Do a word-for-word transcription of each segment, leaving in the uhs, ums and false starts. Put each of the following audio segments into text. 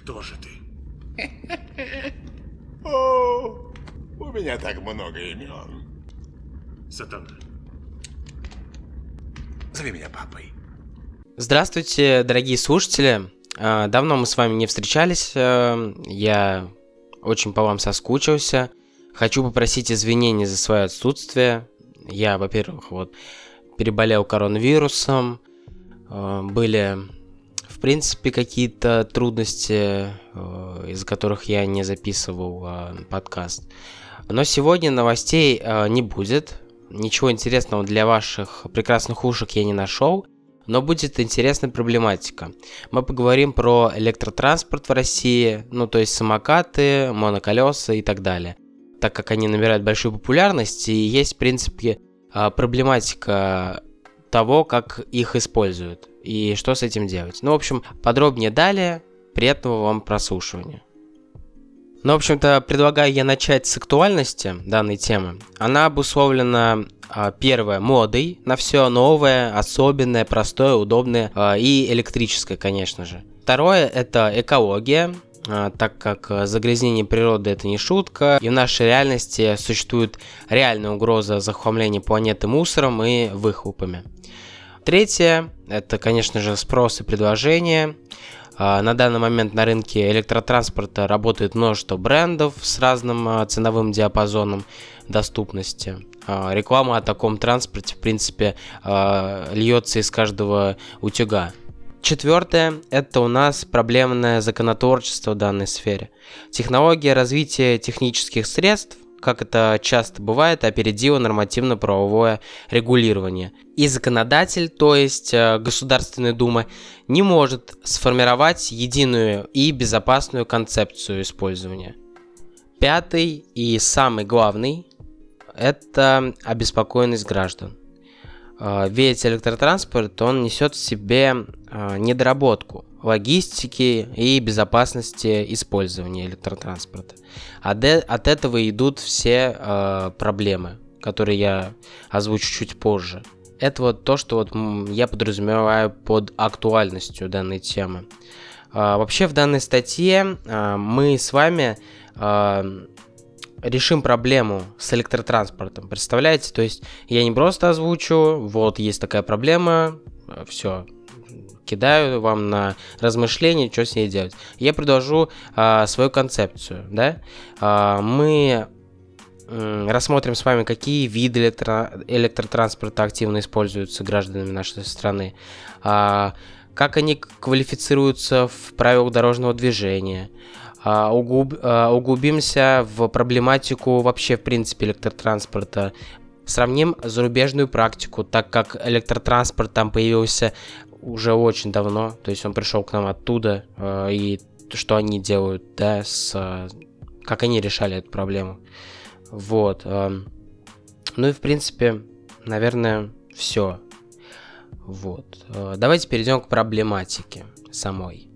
Кто же ты? О, у меня так много имен. Сатана. Зови меня папой. Здравствуйте, дорогие слушатели. Давно мы с вами не встречались. Я очень по вам соскучился. Хочу попросить извинения за свое отсутствие. Я, во-первых, вот переболел коронавирусом. Были, в принципе, какие-то трудности, из-за которых я не записывал подкаст. Но сегодня новостей не будет. Ничего интересного для ваших прекрасных ушек я не нашел. Но будет интересная проблематика. Мы поговорим про электротранспорт в России, ну то есть самокаты, моноколеса и так далее. Так как они набирают большую популярность, и есть в принципе проблематика того, как их используют и что с этим делать. Ну в общем, подробнее далее. Приятного вам прослушивания. Ну, в общем-то, предлагаю я начать с актуальности данной темы. Она обусловлена, первое, модой на все новое, особенное, простое, удобное и электрическое, конечно же. Второе, это экология, так как загрязнение природы это не шутка, и в нашей реальности существует реальная угроза захламления планеты мусором и выхлопами. Третье, это, конечно же, спрос и предложение. На данный момент на рынке электротранспорта работает множество брендов с разным ценовым диапазоном доступности. Реклама о таком транспорте, в принципе, льется из каждого утюга. Четвертое – это у нас проблемное законотворчество в данной сфере. Технология развития технических средств, как это часто бывает, опередила нормативно-правовое регулирование. И законодатель, то есть Государственная Дума, не может сформировать единую и безопасную концепцию использования. Пятый и самый главный – это обеспокоенность граждан. Ведь электротранспорт, он несет в себе недоработку логистики и безопасности использования электротранспорта. От этого идут все проблемы, которые я озвучу чуть позже. Это вот то, что вот я подразумеваю под актуальностью данной темы. Вообще в данной статье мы с вами решим проблему с электротранспортом. Представляете? То есть я не просто озвучу, вот есть такая проблема, все, кидаю вам на размышление, что с ней делать. Я предложу а, свою концепцию, да? А, мы м, рассмотрим с вами, какие виды электро- электротранспорта активно используются гражданами нашей страны, а, как они квалифицируются в правилах дорожного движения. Углуб, углубимся в проблематику вообще в принципе электротранспорта. Сравним зарубежную практику, так как электротранспорт там появился уже очень давно, то есть он пришел к нам оттуда, и что они делают, да, с, как они решали эту проблему. Вот. Ну и в принципе, наверное, все. Вот. Давайте перейдем к проблематике самой.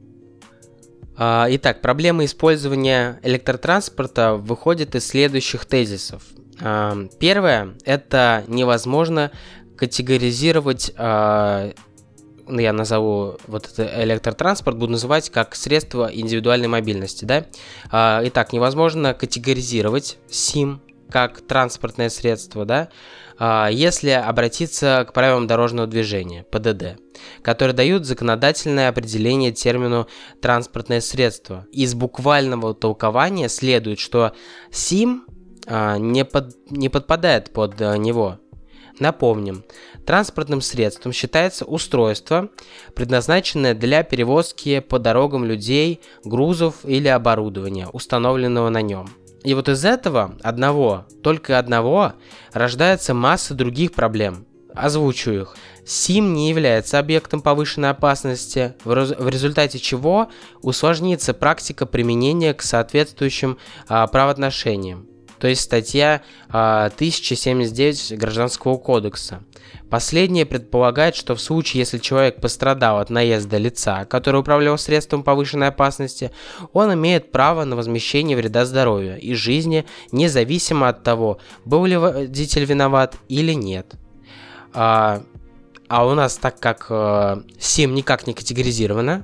Итак, проблема использования электротранспорта выходит из следующих тезисов. Первое, это невозможно категоризировать, я назову вот этот электротранспорт, буду называть как средство индивидуальной мобильности, да? Итак, невозможно категоризировать СИМ как транспортное средство, да, если обратиться к правилам дорожного движения, ПДД, которые дают законодательное определение термину «транспортное средство». Из буквального толкования следует, что СИМ не, под, не подпадает под него. Напомним, транспортным средством считается устройство, предназначенное для перевозки по дорогам людей, грузов или оборудования, установленного на нем. И вот из этого одного, только одного, рождается масса других проблем. Озвучу их. СИМ не является объектом повышенной опасности, в результате чего усложнится практика применения к соответствующим а, правоотношениям. То есть статья а, тысяча семьдесят девять Гражданского кодекса. Последнее предполагает, что в случае, если человек пострадал от наезда лица, которое управлял средством повышенной опасности, он имеет право на возмещение вреда здоровью и жизни, независимо от того, был ли водитель виноват или нет. А, а у нас, так как э, СИМ никак не категоризировано,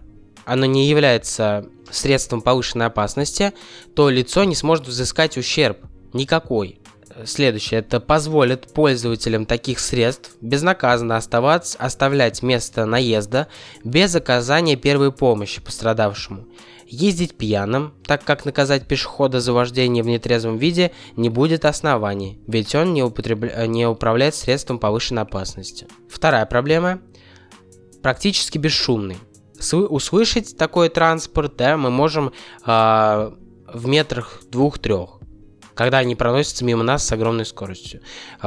оно не является средством повышенной опасности, то лицо не сможет взыскать ущерб никакой. Следующее, это позволит пользователям таких средств безнаказанно оставаться, оставлять место наезда без оказания первой помощи пострадавшему. Ездить пьяным, так как наказать пешехода за вождение в нетрезвом виде не будет оснований, ведь он не, употребля... не управляет средством повышенной опасности. Вторая проблема – практически бесшумный. Услышать такой транспорт, да, мы можем э, в метрах двух-трех, когда они проносятся мимо нас с огромной скоростью.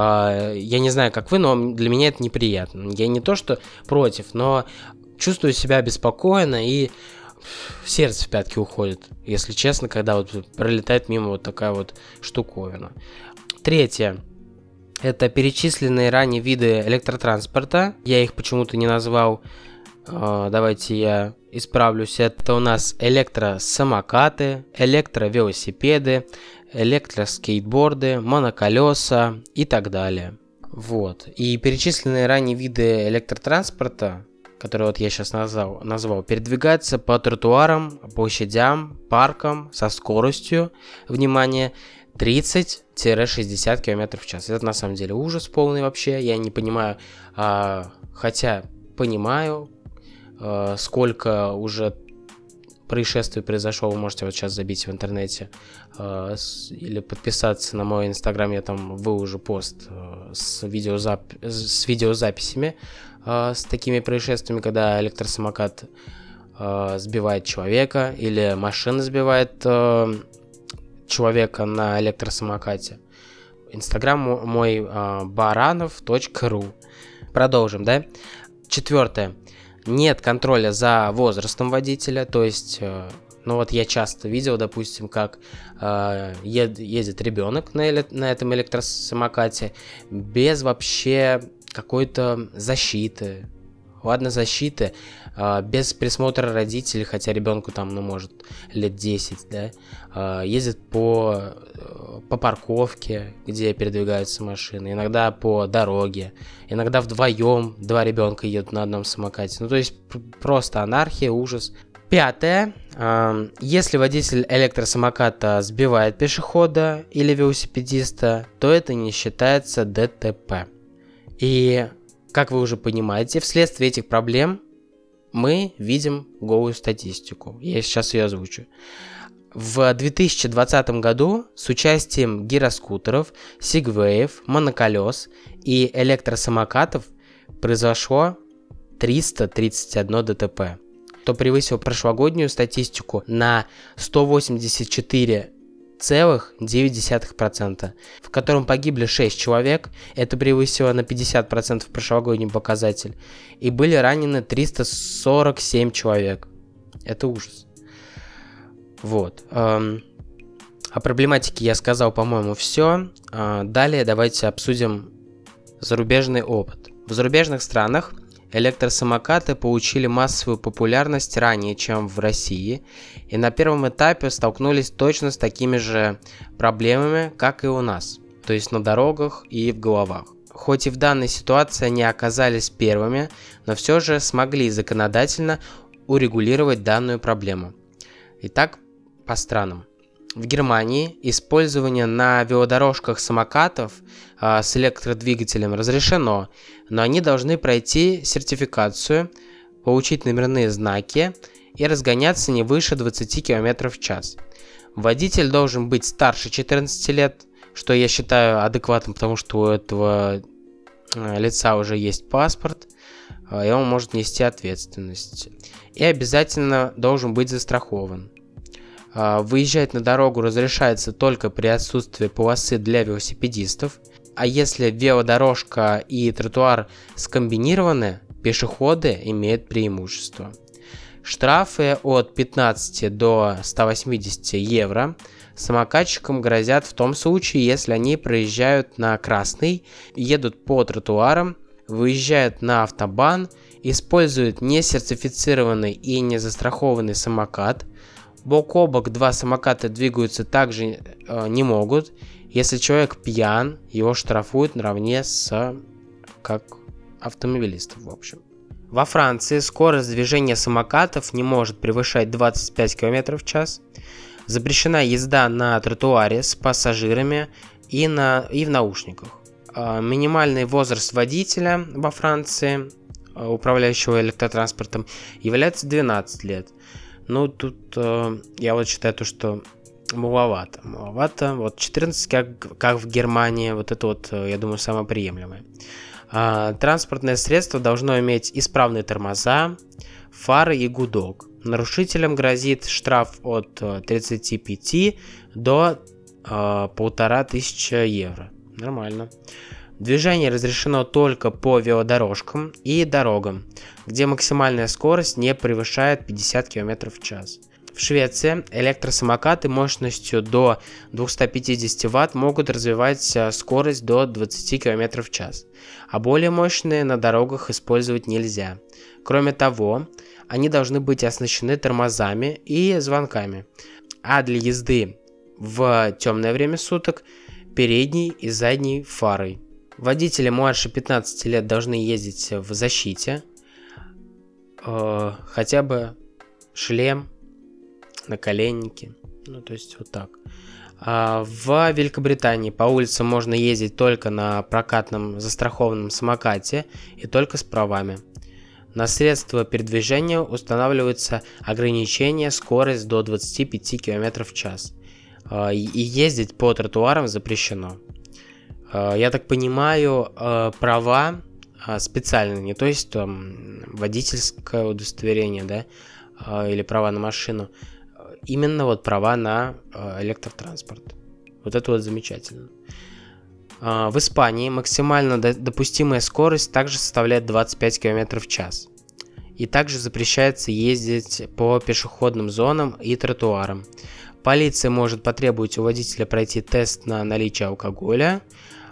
Э, я не знаю, как вы, но для меня это неприятно. Я не то что против, но чувствую себя беспокойно и сердце в пятки уходит, если честно, когда вот пролетает мимо вот такая вот штуковина. Третье. Это перечисленные ранее виды электротранспорта. Я их почему-то не назвал. Давайте я исправлюсь. Это у нас электросамокаты, электровелосипеды, электроскейтборды, моноколеса и так далее. Вот. И перечисленные ранее виды электротранспорта, которые вот я сейчас назвал, назвал, передвигаются по тротуарам, площадям, паркам со скоростью, внимание, тридцать-шестьдесят км в час. Это на самом деле ужас полный вообще. Я не понимаю, а, хотя понимаю, а, сколько уже происшествий произошло. Вы можете вот сейчас забить в интернете а, с, или подписаться на мой инстаграм. Я там выложу пост а, с, видеозап... с видеозаписями а, с такими происшествиями, когда электросамокат а, сбивает человека или машина сбивает а, человека на электросамокате. Инстаграм мой а, баранов точка ру. Продолжим, да? Четвертое. Нет контроля за возрастом водителя, то есть, э, ну вот я часто видел, допустим, как э, ед, едет ребенок на, эле, на этом электросамокате без вообще какой-то защиты. Ладно, защиты, э, без присмотра родителей, хотя ребенку там, ну, может, лет десять, да, э, ездит по, по парковке, где передвигаются машины, иногда по дороге, иногда вдвоем два ребенка едут на одном самокате. Ну, то есть просто анархия, ужас. Пятое. Э, если водитель электросамоката сбивает пешехода или велосипедиста, то это не считается ДТП. И как вы уже понимаете, вследствие этих проблем мы видим голую статистику. Я сейчас ее озвучу. В две тысячи двадцатом году с участием гироскутеров, сигвеев, моноколес и электросамокатов произошло триста тридцать одно ДТП, что превысило прошлогоднюю статистику на сто восемьдесят четыре целых девять десятых процента, в котором погибли шесть человек, это превысило на пятьдесят процентов прошлогодний показатель, и были ранены триста сорок семь человек. Это ужас. Вот. О проблематике я сказал, по-моему, все. Далее давайте обсудим зарубежный опыт. В зарубежных странах электросамокаты получили массовую популярность ранее, чем в России, и на первом этапе столкнулись точно с такими же проблемами, как и у нас, то есть на дорогах и в головах. Хоть и в данной ситуации они оказались первыми, но все же смогли законодательно урегулировать данную проблему. Итак, по странам. В Германии использование на велодорожках самокатов а, с электродвигателем разрешено, но они должны пройти сертификацию, получить номерные знаки и разгоняться не выше двадцати километров в час. Водитель должен быть старше четырнадцати лет, что я считаю адекватным, потому что у этого лица уже есть паспорт, и он может нести ответственность. И обязательно должен быть застрахован. Выезжать на дорогу разрешается только при отсутствии полосы для велосипедистов, а если велодорожка и тротуар скомбинированы, пешеходы имеют преимущество. Штрафы от пятнадцати до ста восьмидесяти евро самокатчикам грозят в том случае, если они проезжают на красный, едут по тротуарам, выезжают на автобан, используют несертифицированный и незастрахованный самокат. Бок о бок два самоката двигаются также э, не могут. Если человек пьян, его штрафуют наравне с как автомобилистов, в общем. Во Франции скорость движения самокатов не может превышать двадцать пять километров в час. Запрещена езда на тротуаре с пассажирами и, на, и в наушниках. Минимальный возраст водителя во Франции, управляющего электротранспортом, является двенадцать лет. Ну, тут я вот считаю, то, что маловато. Маловато. Вот четырнадцать, как, как в Германии, вот это вот, я думаю, самое приемлемое. Транспортное средство должно иметь исправные тормоза, фары и гудок. Нарушителям грозит штраф от тридцати пяти до э, полтора тысячи евро. Нормально. Движение разрешено только по велодорожкам и дорогам, где максимальная скорость не превышает пятьдесят километров в час. В Швеции электросамокаты мощностью до двухсот пятидесяти ватт могут развивать скорость до двадцати километров в час, а более мощные на дорогах использовать нельзя. Кроме того, они должны быть оснащены тормозами и звонками, а для езды в темное время суток передней и задней фарой. Водители младше пятнадцати лет должны ездить в защите, э, хотя бы шлем, наколенники, ну то есть вот так. А в Великобритании по улицам можно ездить только на прокатном застрахованном самокате и только с правами. На средства передвижения устанавливается ограничение скорость до двадцати пяти километров в час. И ездить по тротуарам запрещено. Я так понимаю, права специальные, не то есть там водительское удостоверение, да, или права на машину, именно вот права на электротранспорт. Вот это вот замечательно. В Испании максимально допустимая скорость также составляет двадцать пять километров в час. И также запрещается ездить по пешеходным зонам и тротуарам. Полиция может потребовать у водителя пройти тест на наличие алкоголя.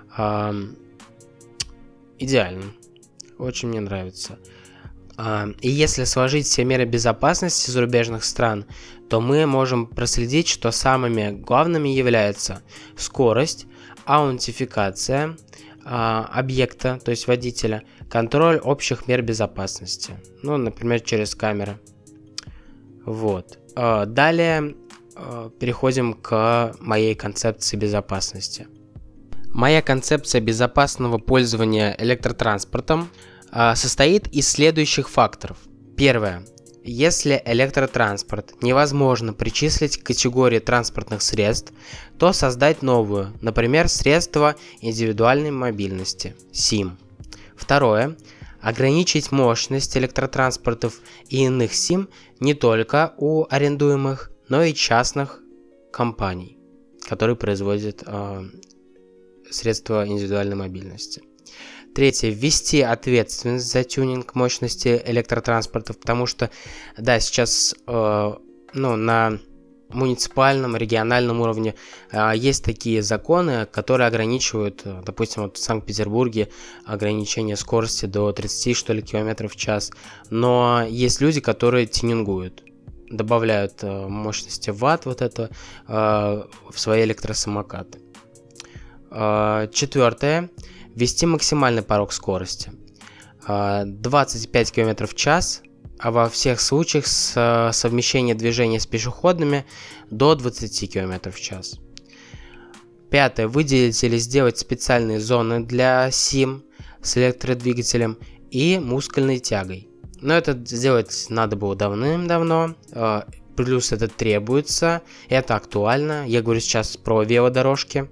Идеально. Очень мне нравится. И если сложить все меры безопасности зарубежных стран, то мы можем проследить, что самыми главными являются скорость, аутентификация а, объекта, то есть водителя, контроль общих мер безопасности, ну, например, через камеры. Вот. А, далее а, переходим к моей концепции безопасности. Моя концепция безопасного пользования электротранспортом а, состоит из следующих факторов. Первое. Если электротранспорт невозможно причислить к категории транспортных средств, то создать новую, например, средство индивидуальной мобильности, СИМ. Второе. Ограничить мощность электротранспортов и иных СИМ не только у арендуемых, но и частных компаний, которые производят э, средства индивидуальной мобильности. Третье. Ввести ответственность за тюнинг мощности электротранспортов, потому что, да, сейчас э, ну, на муниципальном, региональном уровне э, есть такие законы, которые ограничивают, э, допустим, вот в Санкт-Петербурге ограничение скорости до тридцати, что ли, километров в час, но есть люди, которые тюнингуют, добавляют э, мощности ватт вот это э, в свои электросамокаты. Э, четвертое. Ввести максимальный порог скорости двадцать пять километров в час, а во всех случаях с совмещения движения с пешеходными до двадцати километров в час. Пятое. Выделить или сделать специальные зоны для СИМ с электродвигателем и мускульной тягой. Но это сделать надо было давным-давно, плюс это требуется, это актуально. Я говорю сейчас про велодорожки,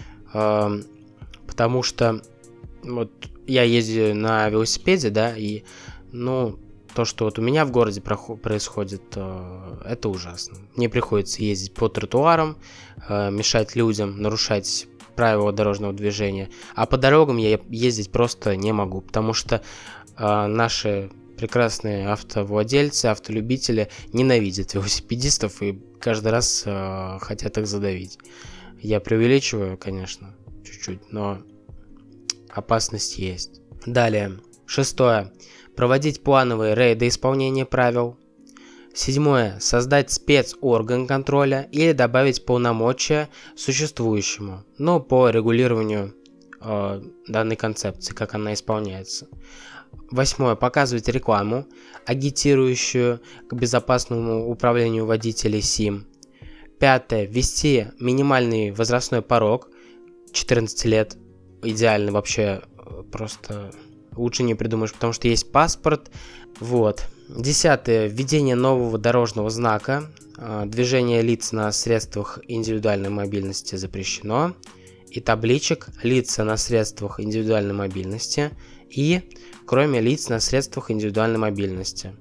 потому что вот я езжу на велосипеде, да, и, ну, то, что вот у меня в городе происходит, это ужасно. Мне приходится ездить по тротуарам, мешать людям, нарушать правила дорожного движения, а по дорогам я ездить просто не могу, потому что наши прекрасные автовладельцы, автолюбители ненавидят велосипедистов и каждый раз хотят их задавить. Я преувеличиваю, конечно, чуть-чуть, но опасность есть. Далее. Шестое. Проводить плановые рейды исполнения правил. Седьмое. Создать спецорган контроля или добавить полномочия существующему, но по регулированию э, данной концепции, как она исполняется. Восьмое. Показывать рекламу, агитирующую к безопасному управлению водителей СИМ. Пятое. Ввести минимальный возрастной порог четырнадцать лет. Идеально вообще, просто лучше не придумаешь, потому что есть паспорт. Вот. Десятое. Введение нового дорожного знака. Движение лиц на средствах индивидуальной мобильности запрещено. И табличек лица на средствах индивидуальной мобильности и кроме лиц на средствах индивидуальной мобильности.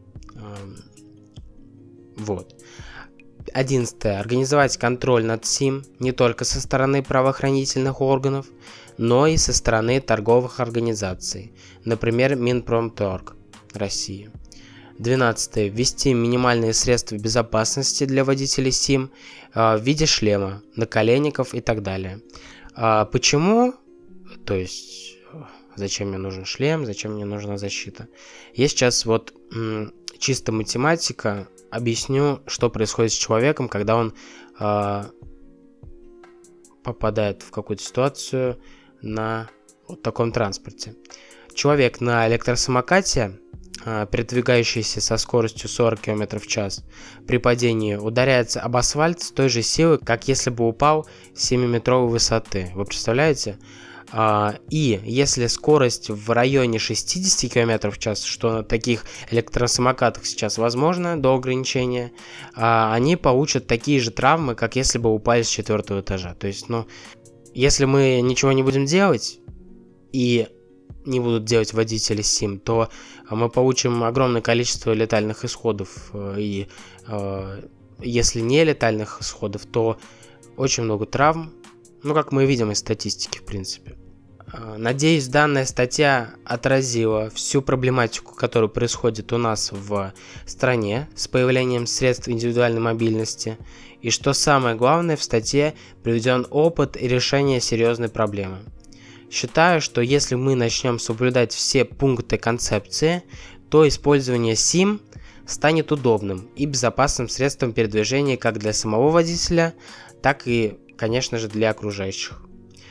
Вот. Одиннадцатое. Организовать контроль над СИМ не только со стороны правоохранительных органов, но и со стороны торговых организаций, например, Минпромторг России. двенадцатое. Ввести минимальные средства безопасности для водителей СИМ в виде шлема, наколенников и так далее. А почему? То есть, зачем мне нужен шлем, зачем мне нужна защита? Я сейчас вот м, чисто математика объясню, что происходит с человеком, когда он э, попадает в какую-то ситуацию на вот таком транспорте. Человек на электросамокате, э, передвигающийся со скоростью сорок километров в час, при падении ударяется об асфальт с той же силой, как если бы упал с семиметровой высоты. Вы представляете? И если скорость в районе шестьдесят километров в час, что на таких электросамокатах сейчас возможно до ограничения, они получат такие же травмы, как если бы упали с четвертого этажа. То есть, ну, если мы ничего не будем делать и не будут делать водители СИМ, то мы получим огромное количество летальных исходов. И если не летальных исходов, то очень много травм. Ну, как мы видим из статистики, в принципе. Надеюсь, данная статья отразила всю проблематику, которая происходит у нас в стране с появлением средств индивидуальной мобильности. И что самое главное, в статье приведен опыт и решение серьезной проблемы. Считаю, что если мы начнем соблюдать все пункты концепции, то использование СИМ станет удобным и безопасным средством передвижения как для самого водителя, так и, конечно же, для окружающих.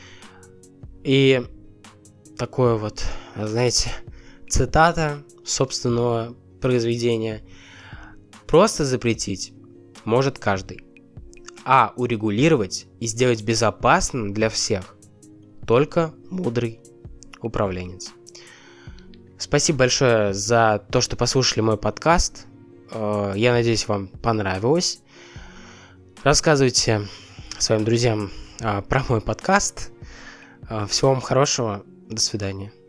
И такое вот, знаете, цитата собственного произведения. Просто запретить может каждый, а урегулировать и сделать безопасным для всех только мудрый управленец. Спасибо большое за то, что послушали мой подкаст. Я надеюсь, вам понравилось. Рассказывайте своим друзьям про мой подкаст. Всего вам хорошего. До свидания.